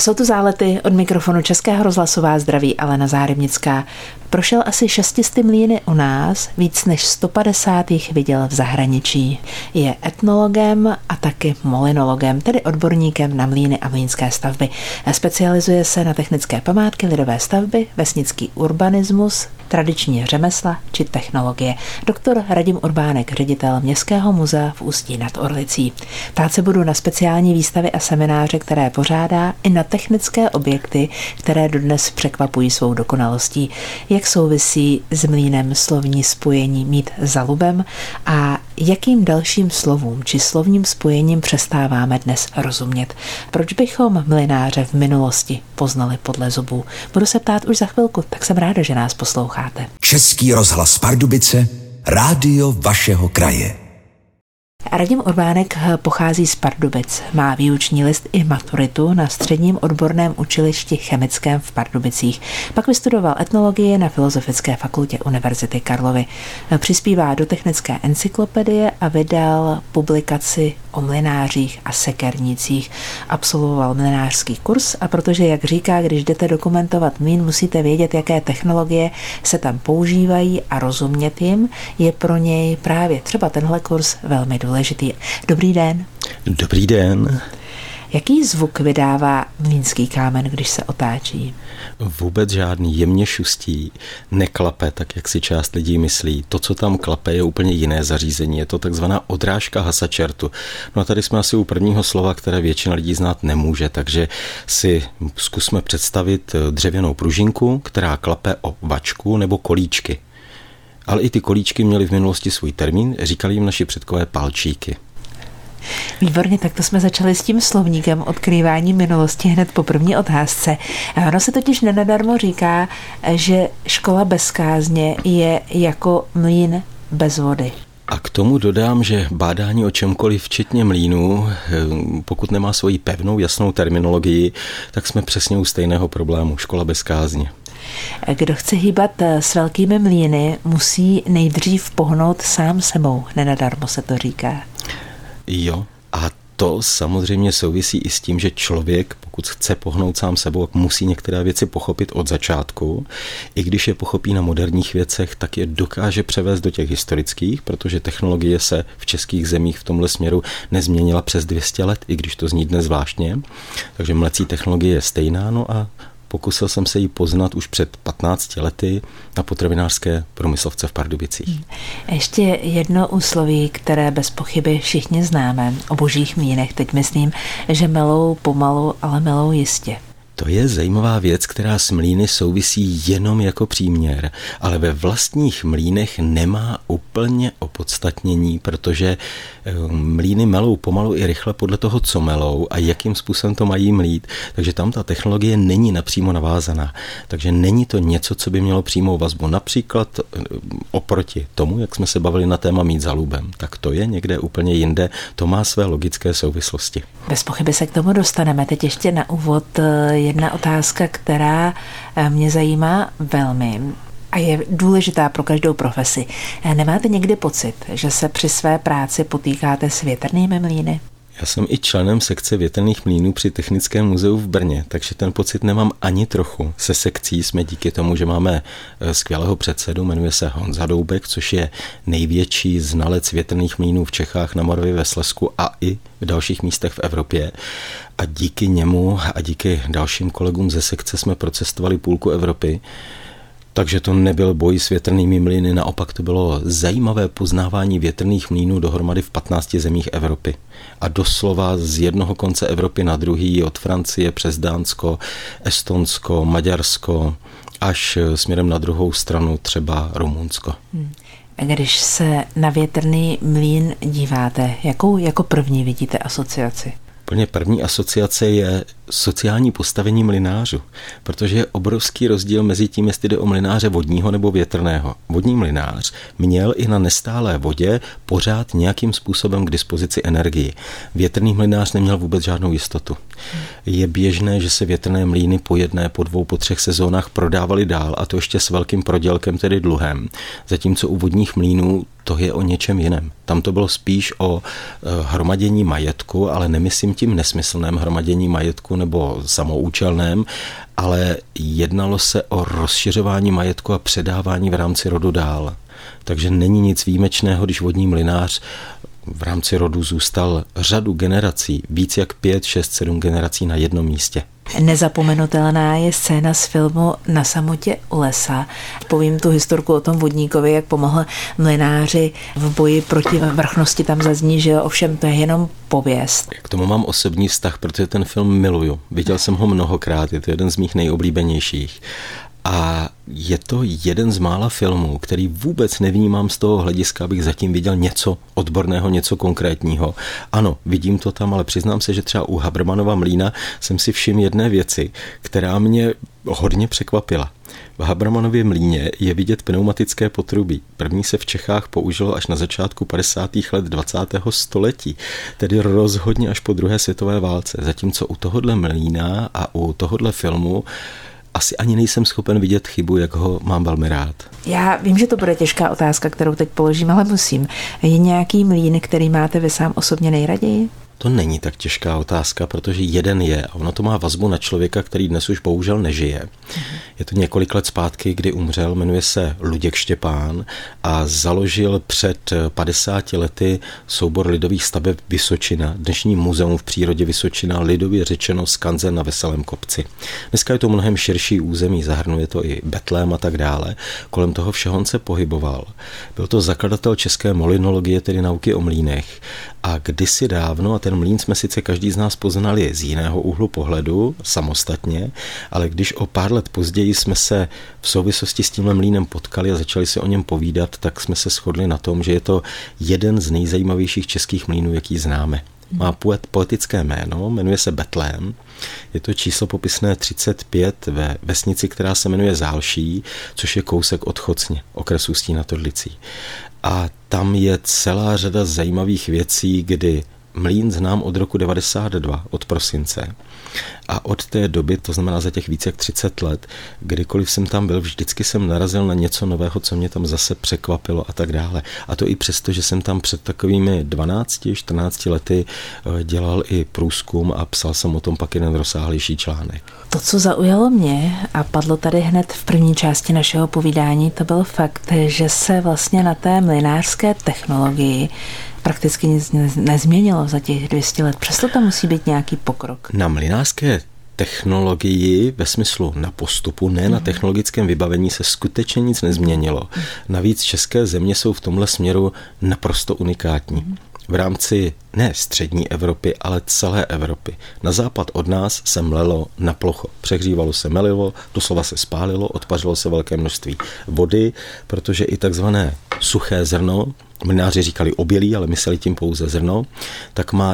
Jsou to Zálety, od mikrofonu Českého rozhlasu vás zdraví Alena Záhrebnická. Prošel asi 600 mlýny u nás, víc než 150 jich viděl v zahraničí. Je etnologem a taky molinologem, tedy odborníkem na mlýny a mlýnské stavby. Specializuje se na technické památky, lidové stavby, vesnický urbanismus, tradiční řemesla či technologie. Doktor Radim Urbánek, ředitel Městského muzea v Ústí nad Orlicí. Ptát se budu na speciální výstavy a semináře, které pořádá, i na technické objekty, které dodnes překvapují svou dokonalostí. Jak souvisí s mlýnem slovní spojení mít za lubem a jakým dalším slovům či slovním spojením přestáváme dnes rozumět? Proč bychom mlynáře v minulosti poznali podle zubů? Budu se ptát už za chvilku, tak jsem ráda, že nás posloucháte. Český rozhlas Pardubice, rádio vašeho kraje. Radim Urbánek pochází z Pardubic. Má výuční list i maturitu na středním odborném učilišti chemickém v Pardubicích. Pak vystudoval etnologii na Filozofické fakultě Univerzity Karlovy. Přispívá do technické encyklopedie a vydal publikaci o mlynářích a sekernících. Absolvoval mlynářský kurz a protože, jak říká, když jdete dokumentovat mlýn, musíte vědět, jaké technologie se tam používají a rozumět jim, je pro něj právě třeba tenhle kurz velmi důležitý. Dobrý den. Dobrý den. Jaký zvuk vydává mlýnský kámen, když se otáčí? Vůbec žádný, jemně šustí, neklape, tak jak si část lidí myslí. To, co tam klape, je úplně jiné zařízení. Je to takzvaná odrážka hasačertu. No a tady jsme asi u prvního slova, které většina lidí znát nemůže, takže si zkusme představit dřevěnou pružinku, která klape o vačku nebo kolíčky. Ale i ty kolíčky měly v minulosti svůj termín, říkali jim naši předkové palčíky. Výborně, tak to jsme začali s tím slovníkem odkrývání minulosti hned po první otázce. Ono se totiž nenadarmo říká, že škola bez kázně je jako mlýn bez vody. A k tomu dodám, že bádání o čemkoliv, včetně mlýnů, pokud nemá svoji pevnou, jasnou terminologii, tak jsme přesně u stejného problému, škola bez kázně. Kdo chce hýbat s velkými mlýny, musí nejdřív pohnout sám sebou. Nenadarmo se to říká. Jo, a to samozřejmě souvisí i s tím, že člověk, pokud chce pohnout sám sebou, musí některé věci pochopit od začátku. I když je pochopí na moderních věcech, tak je dokáže převést do těch historických, protože technologie se v českých zemích v tomhle směru nezměnila přes 200 let, i když to zní dnes zvláštně. Takže mlecí technologie je stejná, no a pokusil jsem se ji poznat už před 15 lety na potravinářské průmyslovce v Pardubicích. Ještě jedno úsloví, které bez pochyby všichni známe o božích mlýnech. Teď myslím, že melou pomalu, ale melou jistě. To je zajímavá věc, která s mlýny souvisí jenom jako příměr, ale ve vlastních mlýnech nemá úplně opodstatnění, protože mlýny melou pomalu i rychle podle toho, co melou a jakým způsobem to mají mlít, takže tam ta technologie není napřímo navázaná. Takže není to něco, co by mělo přímou vazbu. Například oproti tomu, jak jsme se bavili na téma mít za lubem, tak to je někde úplně jinde, to má své logické souvislosti. Bez pochyby se k tomu dostaneme. Teď ještě na úvod jedna otázka, která mě zajímá velmi a je důležitá pro každou profesi. Nemáte někdy pocit, že se při své práci potýkáte s větrnými mlýny? Já jsem i členem sekce větrných mlýnů při Technickém muzeu v Brně, takže ten pocit nemám ani trochu. Se sekcí jsme díky tomu, že máme skvělého předsedu, jmenuje se Honza Doubek, což je největší znalec větrných mlýnů v Čechách, na Moravě, ve Slezsku a i v dalších místech v Evropě. A díky němu a díky dalším kolegům ze sekce jsme procestovali půlku Evropy. Takže to nebyl boj s větrnými mlýny, naopak to bylo zajímavé poznávání větrných mlýnů dohromady v 15 zemích Evropy. A doslova z jednoho konce Evropy na druhý, od Francie přes Dánsko, Estonsko, Maďarsko, až směrem na druhou stranu třeba Rumunsko. Když se na větrný mlýn díváte, jakou jako první vidíte asociaci? Úplně první asociace je sociální postavení mlynářů, protože je obrovský rozdíl mezi tím, jestli jde o mlynáře vodního nebo větrného. Vodní mlynář měl i na nestálé vodě pořád nějakým způsobem k dispozici energii. Větrný mlynář neměl vůbec žádnou jistotu. Je běžné, že se větrné mlýny po 1, po 2, po 3 sezónách prodávaly dál, a to ještě s velkým prodělkem, tedy dluhem. Zatímco u vodních mlýnů to je o něčem jiném. Tam to bylo spíš o hromadění majetku, ale nemyslím tím nesmyslném hromadění majetku nebo samoučelném, ale jednalo se o rozšiřování majetku a předávání v rámci rodu dál. Takže není nic výjimečného, když vodní mlynář v rámci rodu zůstal řadu generací, víc jak 5, 6, 7 generací na jednom místě. Nezapomenutelná je scéna z filmu Na samotě u lesa. Povím tu historku o tom vodníkovi, jak pomohl mlynáři v boji proti vrchnosti, tam zazní, že ovšem to je jenom pověst. K tomu mám osobní vztah, protože ten film miluju. Viděl jsem ho mnohokrát, je to jeden z mých nejoblíbenějších. A je to jeden z mála filmů, který vůbec nevnímám z toho hlediska, abych zatím viděl něco odborného, něco konkrétního. Ano, vidím to tam, ale přiznám se, že třeba u Habermanova mlýna jsem si všiml jedné věci, která mě hodně překvapila. V Habermanově mlýně je vidět pneumatické potrubí. První se v Čechách použilo až na začátku 50. let 20. století, tedy rozhodně až po druhé světové válce. Zatímco u tohodle mlýna a u tohodle filmu asi ani nejsem schopen vidět chybu, jak ho mám velmi rád. Já vím, že to bude těžká otázka, kterou teď položím, ale musím. Je nějaký mlýn, který máte vy sám osobně nejraději? To není tak těžká otázka, protože jeden je a ono to má vazbu na člověka, který dnes už bohužel nežije. Je to několik let zpátky, kdy umřel, jmenuje se Luděk Štěpán a založil před 50 lety soubor lidových staveb Vysočina, dnešní muzeum v přírodě Vysočina, lidově řečeno skanzen na Veselém kopci. Dneska je to mnohem širší území, zahrnuje to i Betlém a tak dále. Kolem toho všeho on se pohyboval. Byl to zakladatel české molinologie, tedy nauky o mlýnech. A kdysi dávno, a ten mlýn jsme sice každý z nás poznali z jiného úhlu pohledu, samostatně, ale když o pár let později jsme se v souvislosti s tímhle mlýnem potkali a začali si o něm povídat, tak jsme se shodli na tom, že je to jeden z nejzajímavějších českých mlýnů, jaký známe. Má poetické jméno, jmenuje se Betlém. Je to číslo popisné 35 ve vesnici, která se jmenuje Zálší, což je kousek od Chocně, okresu Ústí nad Orlicí. A tam je celá řada zajímavých věcí, kdy mlýn znám od roku 92, od prosince. A od té doby, to znamená za těch více jak 30 let, kdykoliv jsem tam byl, vždycky jsem narazil na něco nového, co mě tam zase překvapilo a tak dále. A to i přesto, že jsem tam před takovými 12-14 lety dělal i průzkum a psal jsem o tom pak jeden rozsáhlejší článek. To, co zaujalo mě a padlo tady hned v první části našeho povídání, to byl fakt, že se vlastně na té mlynářské technologii prakticky nic nezměnilo za těch 200 let. Přesto tam musí být nějaký pokrok. Na mlynářské technologii ve smyslu na postupu, ne na technologickém vybavení se skutečně nic nezměnilo. Navíc české země jsou v tomhle směru naprosto unikátní. V rámci ne střední Evropy, ale celé Evropy. Na západ od nás se mlelo na plocho. Přehřívalo se melivo, doslova se spálilo, odpařilo se velké množství vody, protože i takzvané suché zrno, mlynáři říkali obělí, ale mysleli tím pouze zrno, tak má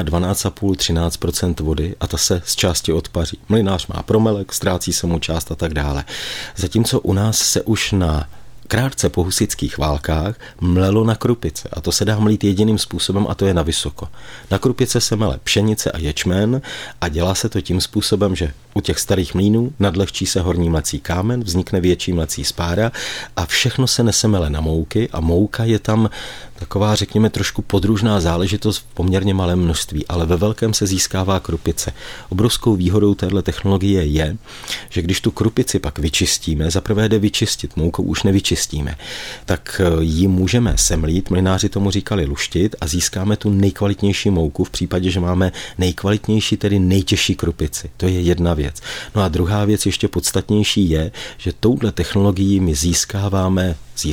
12,5-13% vody a ta se z části odpaří. Mlynář má promelek, ztrácí se mu část a tak dále. Zatímco u nás se už na krátce po husitských válkách mlelo na krupice a to se dá mlít jediným způsobem a to je na vysoko. Na krupice se mele pšenice a ječmen a dělá se to tím způsobem, že u těch starých mlýnů nadlehčí se horní mlecí kámen, vznikne větší mlecí spára a všechno se nese mele na mouky a mouka je tam taková, řekněme, trošku podružná záležitost v poměrně malém množství, ale ve velkém se získává krupice. Obrovskou výhodou téhle technologie je, že když tu krupici pak vyčistíme, zaprvé jde vyčistit, moukou už nevyčistíme, tak ji můžeme semlít, mlynáři tomu říkali luštit a získáme tu nejkvalitnější mouku v případě, že máme nejkvalitnější, tedy nejtěžší krupici. To je jedna věc. No a druhá věc ještě podstatnější je, že touhle technologií my získáváme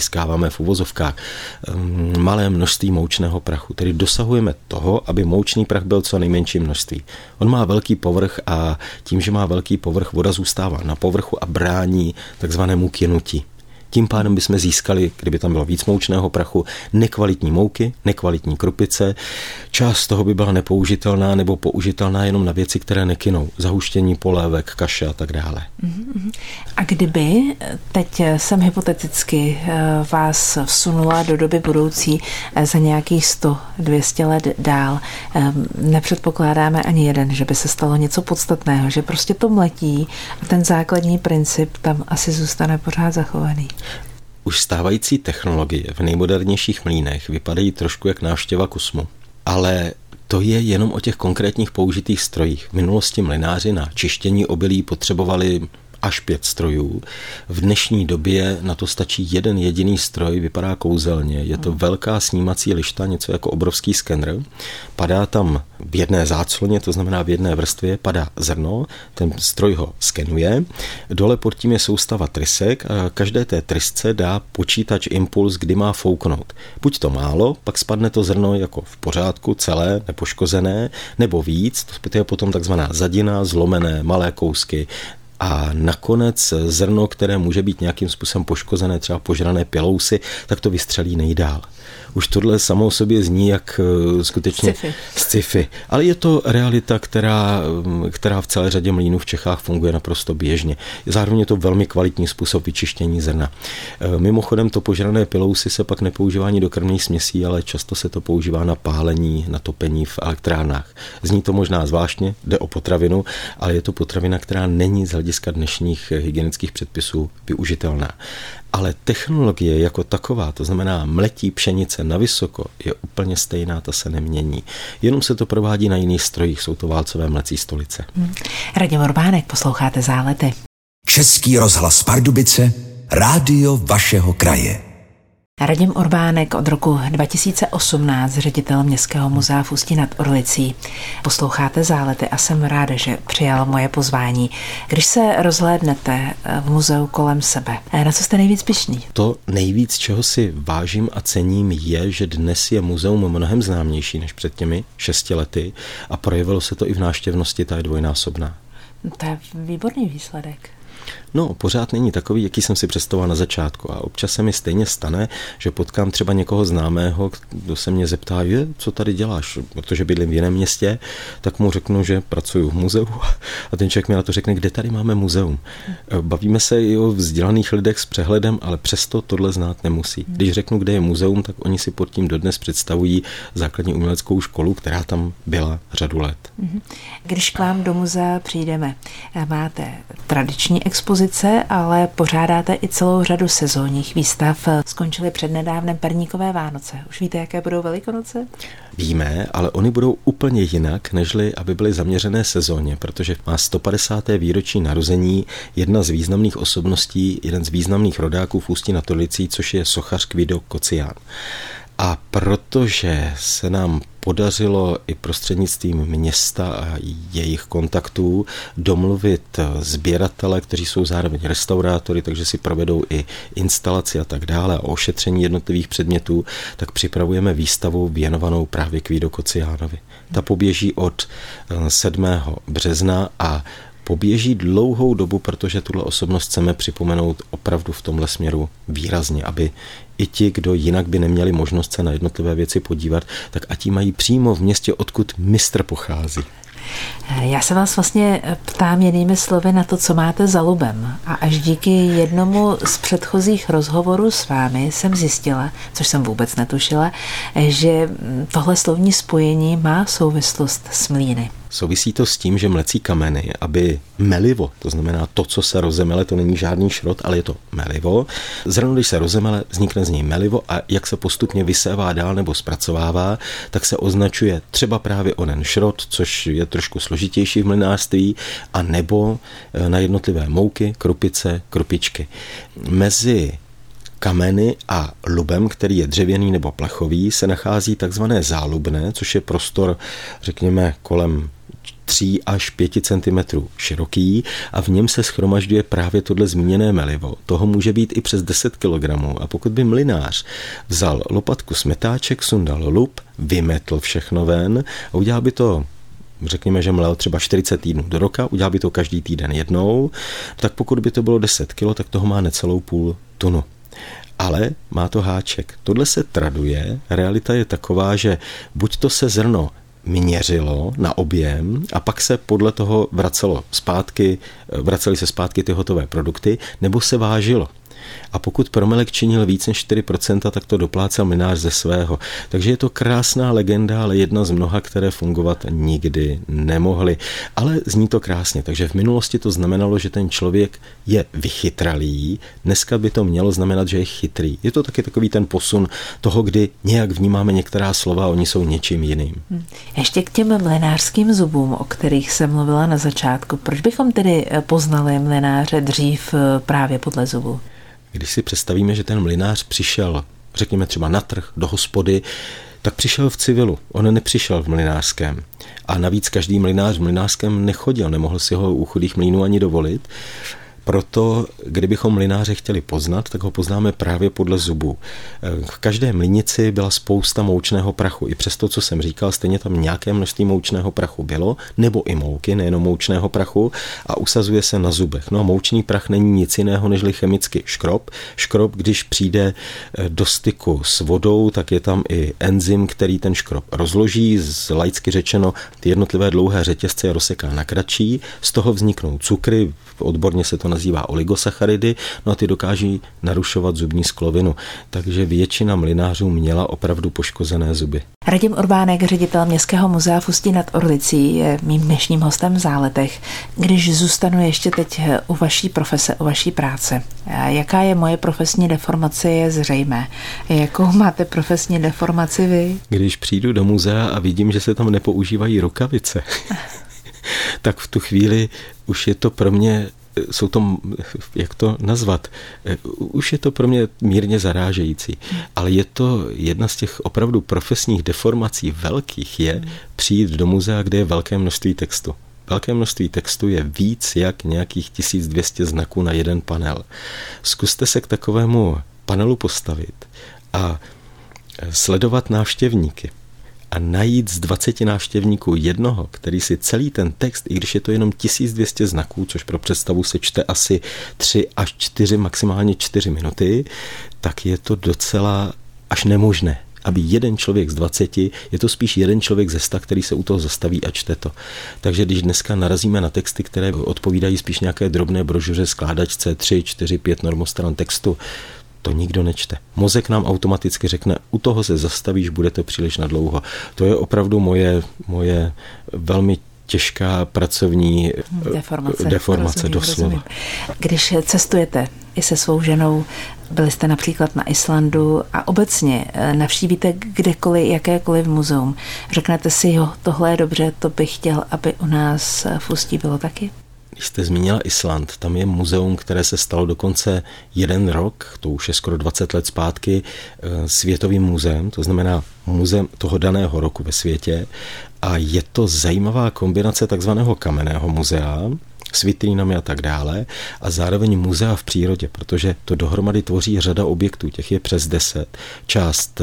v uvozovkách malé množství moučného prachu. Tedy dosahujeme toho, aby moučný prach byl co nejmenší množství. On má velký povrch a tím, že má velký povrch, voda zůstává na povrchu a brání takzvanému kynutí. Tím pádem bychom získali, kdyby tam bylo víc moučného prachu, nekvalitní mouky, nekvalitní krupice. Část toho by byla nepoužitelná nebo použitelná jenom na věci, které nekynou. Zahuštění polévek, kaše a tak dále. A kdyby teď jsem hypoteticky vás vsunula do doby budoucí za nějakých 100-200 let dál, nepředpokládáme ani jeden, že by se stalo něco podstatného, že prostě to mletí a ten základní princip tam asi zůstane pořád zachovaný. Už stávající technologie v nejmodernějších mlýnech vypadají trošku jak návštěva kosmu, ale to je jenom o těch konkrétních použitých strojích. V minulosti mlynáři na čištění obilí potřebovali až 5 strojů. V dnešní době na to stačí jeden jediný stroj, vypadá kouzelně. Je to velká snímací lišta, něco jako obrovský skener. Padá tam v jedné zácloně, to znamená v jedné vrstvě, padá zrno, ten stroj ho skenuje. Dole pod tím je soustava trysek a každé té trysce dá počítač impuls, kdy má fouknout. Buď to málo, pak spadne to zrno jako v pořádku, celé, nepoškozené, nebo víc, to je potom takzvaná zadina, zlomené, malé kousky. A nakonec zrno, které může být nějakým způsobem poškozené, třeba požrané pilousy, tak to vystřelí nejdál. Už tohle samo o sobě zní jak skutečně sci-fi. Ale je to realita, která v celé řadě mlýnů v Čechách funguje naprosto běžně. Zároveň je to velmi kvalitní způsob vyčištění zrna. Mimochodem to požrané pilousy se pak nepoužívá ani do krmných směsí, ale často se to používá na pálení, na topení v elektrárnách. Zní to možná zvláštně, jde o potravinu, ale je to potravina, která není z hlediska dnešních hygienických předpisů využitelná. Ale technologie jako taková, to znamená mletí pšenice na vysoko, je úplně stejná, ta se nemění. Jenom se to provádí na jiných strojích, jsou to válcové mlecí stolice. Radim Urbánek, posloucháte Zálety. Český rozhlas Pardubice, rádio vašeho kraje. Radim Urbánek, od roku 2018 ředitel Městského muzea v Ústí nad Orlicí. Posloucháte Zálety a jsem ráda, že přijal moje pozvání. Když se rozhlédnete v muzeu kolem sebe, na co jste nejvíc pyšný? To nejvíc, čeho si vážím a cením, je, že dnes je muzeum mnohem známější než před těmi 6 lety a projevilo se to i v návštěvnosti, ta je dvojnásobná. To je výborný výsledek. No, pořád není takový, jaký jsem si představoval na začátku a občas se mi stejně stane, že potkám třeba někoho známého, kdo se mě zeptá, co tady děláš, protože bydlím v jiném městě, tak mu řeknu, že pracuju v muzeu a ten člověk mi na to řekne, kde tady máme muzeum. Bavíme se i o vzdělaných lidech s přehledem, ale přesto tohle znát nemusí. Když řeknu, kde je muzeum, tak oni si pod tím dodnes představují základní uměleckou školu, která tam byla řadu let. Když k vám do muzea přijdeme, máte tradiční expozice, ale pořádáte i celou řadu sezónních výstav. Skončily přednedávnem Perníkové Vánoce. Už víte, jaké budou Velikonoce? Víme, ale oni budou úplně jinak, nežli aby byly zaměřené sezóně, protože má 150. výročí narození jedna z významných osobností, jeden z významných rodáků v Ústí nad Orlicí, což je sochař Guido Kocián. A protože se nám podařilo i prostřednictvím města a jejich kontaktů domluvit sběratele, kteří jsou zároveň restaurátory, takže si provedou i instalaci a tak dále a ošetření jednotlivých předmětů, tak připravujeme výstavu věnovanou právě Guido Kociánovi. Ta poběží od 7. března a poběží dlouhou dobu, protože tuhle osobnost chceme připomenout opravdu v tomhle směru výrazně, aby i ti, kdo jinak by neměli možnost se na jednotlivé věci podívat, tak ať ji mají přímo v městě, odkud mistr pochází. Já se vás vlastně ptám jinými slovy na to, co máte za lubem. A až díky jednomu z předchozích rozhovorů s vámi jsem zjistila, což jsem vůbec netušila, že tohle slovní spojení má souvislost s mlýny. Souvisí to s tím, že mlecí kameny, aby melivo, to znamená to, co se rozemele, to není žádný šrot, ale je to melivo. Zrno, když se rozemele, vznikne z něj melivo a jak se postupně vysévá dál nebo zpracovává, tak se označuje třeba právě onen šrot, což je trošku složitější v mlynářství, a nebo na jednotlivé mouky, krupice, krupičky. Mezi kameny a lubem, který je dřevěný nebo plechový, se nachází takzvané zálubné, což je prostor, řekněme, kolem 3 až 5 cm široký a v něm se shromažďuje právě tohle zmíněné melivo. Toho může být i přes 10 kg. A pokud by mlynář vzal lopatku smetáček, sundal lub, vymetl všechno ven a udělal by to, řekněme, že mlel třeba 40 týdnů do roka, udělal by to každý týden jednou, tak pokud by to bylo 10 kg, tak toho má necelou půl tunu. Ale má to háček. Tohle se traduje, realita je taková, že buď to se zrno měřilo na objem a pak se podle toho vracely se zpátky ty hotové produkty, nebo se vážilo. A pokud promilek činil víc než 4%, tak to doplácel mlynář ze svého. Takže je to krásná legenda, ale jedna z mnoha, které fungovat nikdy nemohly. Ale zní to krásně. Takže v minulosti to znamenalo, že ten člověk je vychytralý. Dneska by to mělo znamenat, že je chytrý. Je to taky takový ten posun toho, kdy nějak vnímáme některá slova a oni jsou něčím jiným. Ještě k těm mlynářským zubům, o kterých jsem mluvila na začátku. Proč bychom tedy poznali mlynáře dřív právě podle zubů? Když si představíme, že ten mlynář přišel, řekněme třeba na trh, do hospody, tak přišel v civilu, on nepřišel v mlynářském. A navíc každý mlynář v mlynářském nechodil, nemohl si ho u chudých mlýnů ani dovolit. Proto, kdybychom mlynáře chtěli poznat, tak ho poznáme právě podle zubů. V každé mlýnici byla spousta moučného prachu. I přesto, co jsem říkal, stejně tam nějaké množství moučného prachu bylo, nebo i mouky, nejenom moučného prachu, a usazuje se na zubech. No a moučný prach není nic jiného, nežli chemicky škrob. Škrob, když přijde do styku s vodou, tak je tam i enzym, který ten škrob rozloží, laicky řečeno, ty jednotlivé dlouhé řetězce rozseká na kratší, z toho vzniknou cukry, odborně se to nazývá oligosacharidy, no a ty dokáží narušovat zubní sklovinu. Takže většina mlynářů měla opravdu poškozené zuby. Radim Urbánek, ředitel Městského muzea v Ústí nad Orlicí, je mým dnešním hostem v Záletech. Když zůstanu ještě teď u vaší profese, u vaší práce, jaká je moje profesní deformace, je zřejmé. Jakou máte profesní deformaci vy? Když přijdu do muzea a vidím, že se tam nepoužívají rukavice, tak v tu chvíli už je to pro mě, jsou to, jak to nazvat, už je to pro mě mírně zarážející. Ale je to jedna z těch opravdu profesních deformací velkých, je přijít do muzea, kde je velké množství textu. Velké množství textu je víc jak nějakých 1200 znaků na jeden panel. Zkuste se k takovému panelu postavit a sledovat návštěvníky. A najít z 20 návštěvníků jednoho, který si celý ten text, i když je to jenom 1200 znaků, což pro představu se čte asi 3 až 4, maximálně 4 minuty, tak je to docela až nemožné. Aby jeden člověk z 20, je to spíš jeden člověk ze 100, který se u toho zastaví a čte to. Takže když dneska narazíme na texty, které odpovídají spíš nějaké drobné brožuře, skládačce 3, 4, 5 normostran textu, to nikdo nečte. Mozek nám automaticky řekne, u toho se zastavíš, bude to příliš nadlouho. To je opravdu moje velmi těžká pracovní deformace doslova. Rozumím. Když cestujete i se svou ženou, byli jste například na Islandu a obecně navštívíte kdekoliv, jakékoliv muzeum, řeknete si, jo, tohle je dobře, to bych chtěl, aby u nás v Ústí bylo taky? Když jste zmínila Island, tam je muzeum, které se stalo dokonce 1 rok, to už je skoro 20 let zpátky, světovým muzeem, to znamená muzeum toho daného roku ve světě, a je to zajímavá kombinace takzvaného kamenného muzea s vitrínami a tak dále a zároveň muzea v přírodě, protože to dohromady tvoří řada objektů, těch je přes 10, část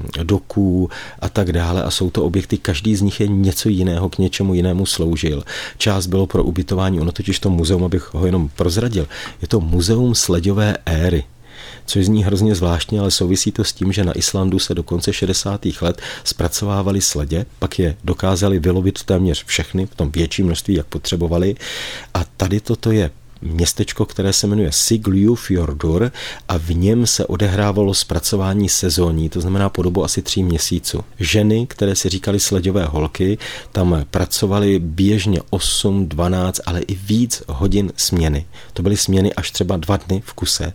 doků a tak dále a jsou to objekty, každý z nich je něco jiného, k něčemu jinému sloužil. Část bylo pro ubytování, ono totiž to muzeum, abych ho jenom prozradil, je to muzeum sledové éry, což zní hrozně zvláštně, ale souvisí to s tím, že na Islandu se do konce 60. let zpracovávaly sledě, pak je dokázali vylovit téměř všechny, v tom větší množství, jak potřebovali. A tady toto je městečko, které se jmenuje Siglufjordur a v něm se odehrávalo zpracování sezónní, to znamená po dobu asi 3 měsíců. Ženy, které si říkali sleďové holky, tam pracovaly běžně 8, 12, ale i víc hodin směny. To byly směny až třeba 2 dny v kuse,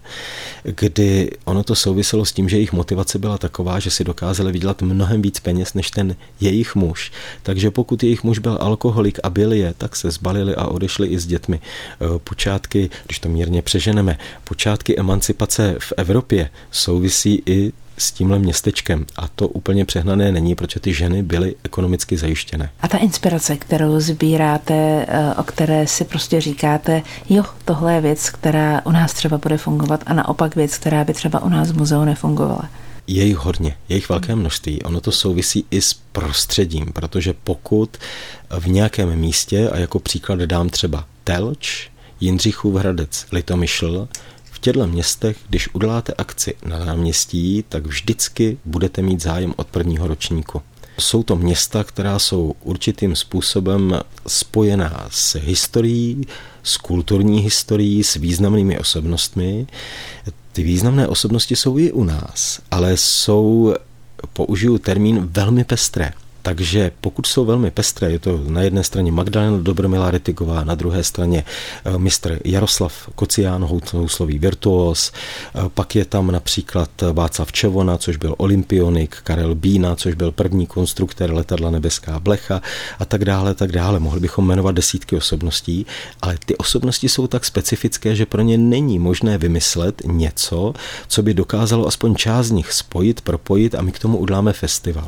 kdy ono to souviselo s tím, že jejich motivace byla taková, že si dokázali vydělat mnohem víc peněz než ten jejich muž. Takže pokud jejich muž byl alkoholik a byl je, tak se zbalili a odešli i s dětmi. Počátky, když to mírně přeženeme, počátky emancipace v Evropě souvisí i s tímhle městečkem a to úplně přehnané není, protože ty ženy byly ekonomicky zajištěné. A ta inspirace, kterou sbíráte, o které si prostě říkáte, jo, tohle je věc, která u nás třeba bude fungovat a naopak věc, která by třeba u nás v muzeu nefungovala. Je jich hodně, je jich velké množství. Ono to souvisí i s prostředím, protože pokud v nějakém místě, a jako příklad dám třeba Telč, Jindřichův Hradec, Litomyšl, v těchto městech, když uděláte akci na náměstí, tak vždycky budete mít zájem od prvního ročníku. Jsou to města, která jsou určitým způsobem spojená s historií, s kulturní historií, s významnými osobnostmi. Ty významné osobnosti jsou i u nás, ale jsou, použiju termín, velmi pestré. Takže pokud jsou velmi pestré, je to na jedné straně Magdalena Dobromila Rittigová, na druhé straně mistr Jaroslav Kocián, houslový virtuos, pak je tam například Václav Čevona, což byl olympionik, Karel Bína, což byl první konstruktér letadla Nebeská blecha a tak dále, tak dále. Mohli bychom jmenovat desítky osobností, ale ty osobnosti jsou tak specifické, že pro ně není možné vymyslet něco, co by dokázalo aspoň část z nich spojit, propojit a my k tomu uděláme festival.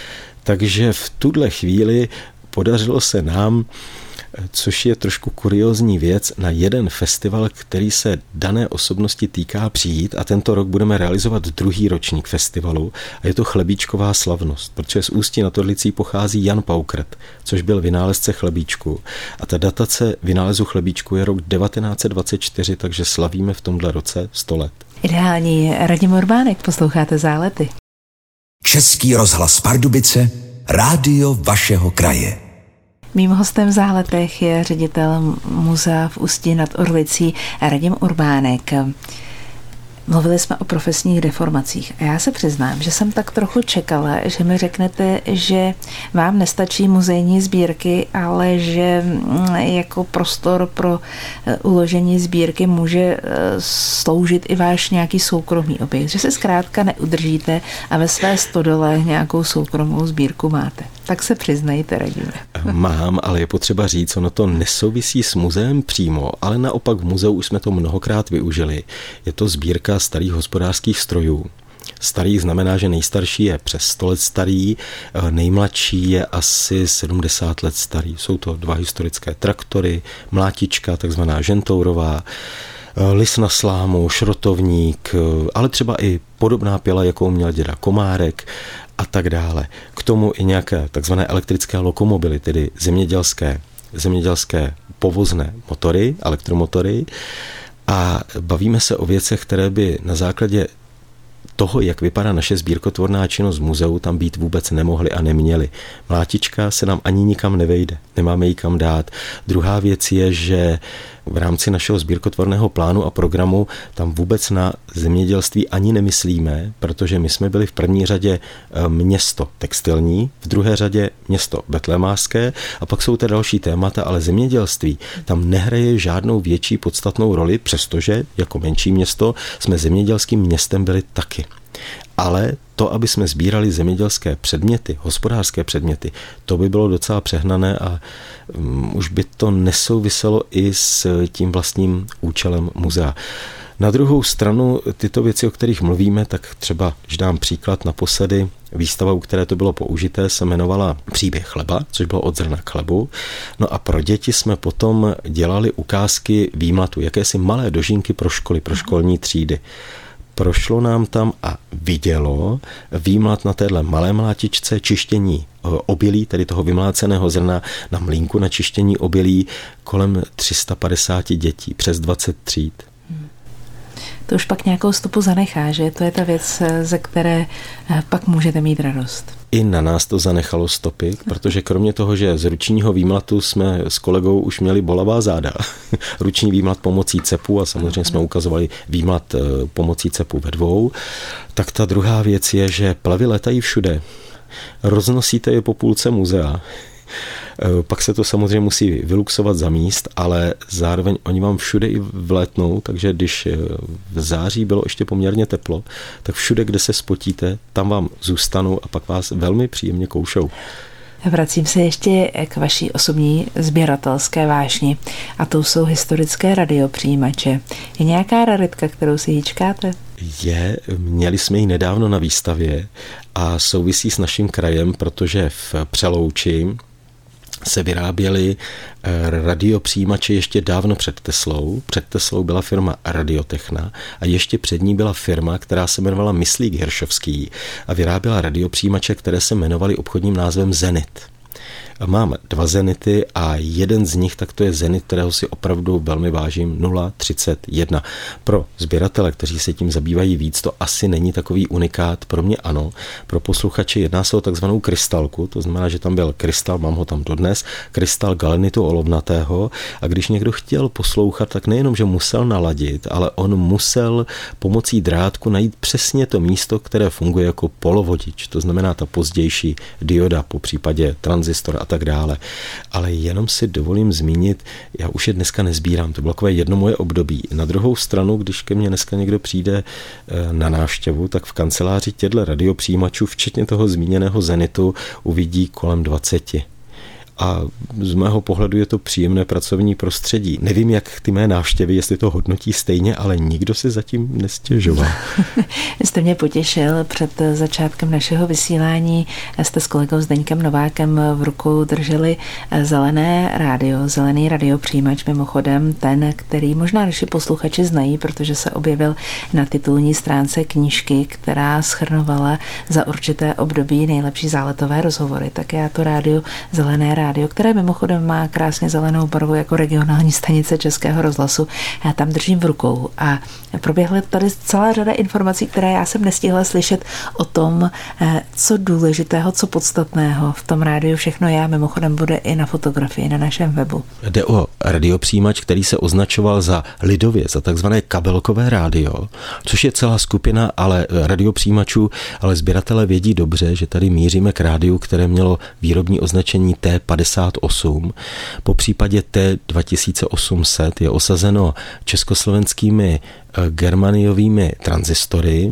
Takže v tuhle chvíli podařilo se nám, což je trošku kuriózní věc, na jeden festival, který se dané osobnosti týká, přijít a tento rok budeme realizovat druhý ročník festivalu a je to chlebíčková slavnost, protože z Ústí nad Orlicí pochází Jan Paukert, což byl vynálezce chlebíčku a ta datace vynálezu chlebíčku je rok 1924, takže slavíme v tomhle roce 100 let. Ideální. Radim Urbánek, posloucháte Zálety. Český rozhlas Pardubice, rádio vašeho kraje. Mým hostem v Záletech je ředitel muzea v Ústí nad Orlicí Radim Urbánek. Mluvili jsme o profesních deformacích a já se přiznám, že jsem tak trochu čekala, že mi řeknete, že vám nestačí muzejní sbírky, ale že jako prostor pro uložení sbírky může sloužit i váš nějaký soukromý objekt, že se zkrátka neudržíte a ve své stodole nějakou soukromou sbírku máte. Tak se přiznejte, Radime. Mám, ale je potřeba říct, ono to nesouvisí s muzeem přímo, ale naopak v muzeu už jsme to mnohokrát využili. Je to sbírka starých hospodářských strojů. Starý znamená, že nejstarší je přes 100 let starý, nejmladší je asi 70 let starý. Jsou to 2 historické traktory, mlátička, takzvaná žentourová, lis na slámu, šrotovník, ale třeba i podobná pěla, jakou měl děda Komárek a tak dále. K tomu i nějaké takzvané elektrické lokomobily, tedy zemědělské povozné motory, elektromotory. A bavíme se o věcech, které by na základě toho, jak vypadá naše sbírkotvorná činnost v muzeu, tam být vůbec nemohly a neměly. Mlátička se nám ani nikam nevejde, nemáme ji kam dát. Druhá věc je, že v rámci našeho sbírkotvorného plánu a programu tam vůbec na zemědělství ani nemyslíme, protože my jsme byli v první řadě město textilní, v druhé řadě město betlémářské a pak jsou to další témata, ale zemědělství tam nehraje žádnou větší podstatnou roli, přestože jako menší město jsme zemědělským městem byli taky. Ale to, aby jsme sbírali zemědělské předměty, hospodářské předměty, to by bylo docela přehnané a už by to nesouviselo i s tím vlastním účelem muzea. Na druhou stranu tyto věci, o kterých mluvíme, tak třeba, když dám příklad naposledy, výstava, u které to bylo použité, se jmenovala Příběh chleba, což bylo od zrna k chlebu. No a pro děti jsme potom dělali ukázky výmlatu, jakési malé dožínky pro školy, pro školní třídy. Prošlo nám tam a vidělo výmlat na téhle malé mlátičce, čištění obilí, tedy toho vymláceného zrna, na mlýnku na čištění obilí kolem 350 dětí, přes 20 tříd. To už pak nějakou stopu zanechá, že? To je ta věc, ze které pak můžete mít radost. I na nás to zanechalo stopy, protože kromě toho, že z ručního výmlatu jsme s kolegou už měli bolavá záda. Ruční výmlat pomocí cepu a samozřejmě jsme ukazovali výmlat pomocí cepu ve 2. Tak ta druhá věc je, že plavy letají všude. Roznosíte je po půlce muzea. Pak se to samozřejmě musí vyluxovat za míst, ale zároveň oni vám všude i vlétnou, takže když v září bylo ještě poměrně teplo, tak všude, kde se spotíte, tam vám zůstanou a pak vás velmi příjemně koušou. Vracím se ještě k vaší osobní sběratelské vášni a to jsou historické radiopřijímače. Je nějaká raritka, kterou si hýčkáte? Měli jsme ji nedávno na výstavě a souvisí s naším krajem, protože v Přelouči se vyráběly radiopřijímače ještě dávno před Teslou. Před Teslou byla firma Radiotechna a ještě před ní byla firma, která se jmenovala Myslík Hiršovský a vyráběla radiopřijímače, které se jmenovaly obchodním názvem Zenit. Mám 2 Zenity a jeden z nich, tak to je Zenit, kterého si opravdu velmi vážím, 031. Pro sběratele, kteří se tím zabývají víc, to asi není takový unikát, pro mě ano. Pro posluchače jedná se o takzvanou krystalku, to znamená, že tam byl krystal, mám ho tam dodnes, krystal galenitu olovnatého, a když někdo chtěl poslouchat, tak nejenom, že musel naladit, ale on musel pomocí drátku najít přesně to místo, které funguje jako polovodič, to znamená ta pozdější dioda, po případě tranzistor a tak dále. Ale jenom si dovolím zmínit, já už je dneska nezbírám, to bylo takové jedno moje období. Na druhou stranu, když ke mně dneska někdo přijde na návštěvu, tak v kanceláři těchto radiopřijímačů, včetně toho zmíněného Zenitu, uvidí kolem 20. A z mého pohledu je to příjemné pracovní prostředí. Nevím, jak ty mé návštěvy, jestli to hodnotí stejně, ale nikdo si zatím nestěžoval. Jste mě potěšil před začátkem našeho vysílání. Jste s kolegou Zdeňkem Novákem v rukou drželi zelený radiopřijímač, mimochodem ten, který možná naši posluchači znají, protože se objevil na titulní stránce knížky, která shrnovala za určité období nejlepší záletové rozhovory. Tak já to zelené rádio, které mimochodem má krásně zelenou barvu jako regionální stanice Českého rozhlasu, já tam držím v rukou. A proběhla tady celá řada informací, které já jsem nestihla slyšet o tom, co důležitého, co podstatného v tom rádiu všechno je. Mimochodem bude i na fotografii na našem webu. Jde o radiopřijímač, který se označoval lidově za takzvané kabelkové rádio, což je celá skupina radiopřijímačů, ale sběratelé vědí dobře, že tady míříme k rádiu, které mělo výrobní označení T58. Po případě T2800 je osazeno československými germaniovými tranzistory.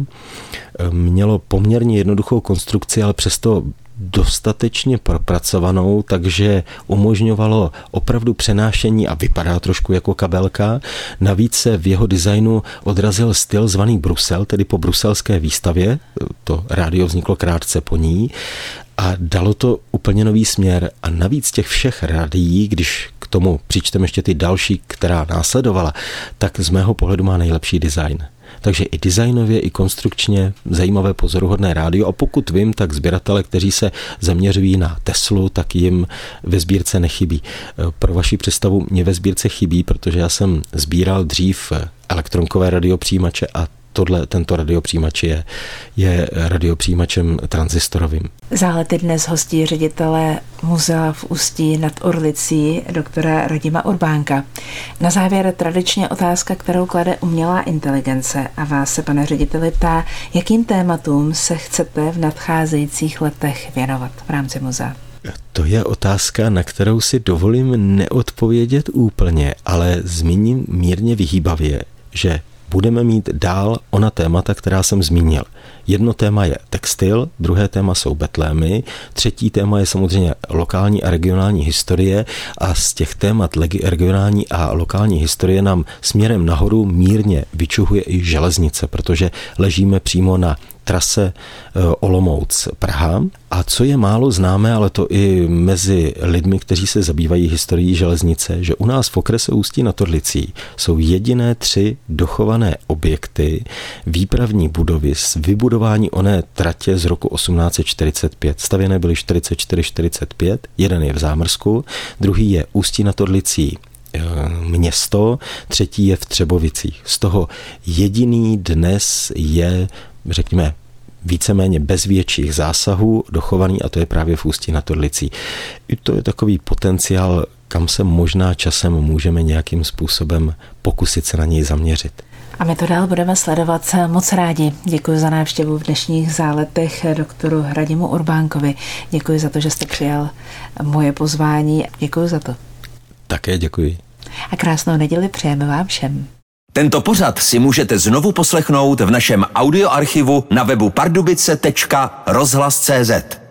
Mělo poměrně jednoduchou konstrukci, ale přesto dostatečně propracovanou, takže umožňovalo opravdu přenášení a vypadá trošku jako kabelka. Navíc se v jeho designu odrazil styl zvaný Brusel, tedy po bruselské výstavě. To rádio vzniklo krátce po ní. A dalo to úplně nový směr. A navíc těch všech rádií, když k tomu přičteme ještě ty další, která následovala, tak z mého pohledu má nejlepší design. Takže i designově, i konstrukčně zajímavé pozoruhodné rádio. A pokud vím, tak sběratele, kteří se zaměřují na Teslu, tak jim ve sbírce nechybí. Pro vaši představu mě ve sbírce chybí, protože já jsem sbíral dřív elektronkové radiopřijímače a tento radiopřijímač je radiopřijímačem tranzistorovým. Zálety dnes hostí ředitele muzea v Ústí nad Orlicí, doktora Radima Urbánka. Na závěr tradičně otázka, kterou klade umělá inteligence, a vás se, pane řediteli, ptá, jakým tématům se chcete v nadcházejících letech věnovat v rámci muzea? To je otázka, na kterou si dovolím neodpovědět úplně, ale zmíním mírně vyhýbavě, že budeme mít dál ona témata, která jsem zmínil. Jedno téma je textil, druhé téma jsou betlémy, třetí téma je samozřejmě lokální a regionální historie a z těch témat regionální a lokální historie nám směrem nahoru mírně vyčuhuje i železnice, protože ležíme přímo na trase Olomouc-Praha. A co je málo známé, ale to i mezi lidmi, kteří se zabývají historií železnice, že u nás v okrese Ústí nad Orlicí jsou jediné 3 dochované objekty, výpravní budovy s vybudování oné tratě z roku 1845. Stavěné byly 44-45, jeden je v Zámrsku, druhý je Ústí nad Orlicí město, třetí je v Třebovicích. Z toho jediný dnes je, řekněme, víceméně bez větších zásahů dochovaný a to je právě v Ústí nad Orlicí. I to je takový potenciál, kam se možná časem můžeme nějakým způsobem pokusit se na něj zaměřit. A my to dál budeme sledovat moc rádi. Děkuji za návštěvu v dnešních záletech doktoru Radimu Urbánkovi. Děkuji za to, že jste přijal moje pozvání. Děkuji za to. Také děkuji. A krásnou neděli přejeme vám všem. Tento pořad si můžete znovu poslechnout v našem audioarchivu na webu pardubice.rozhlas.cz.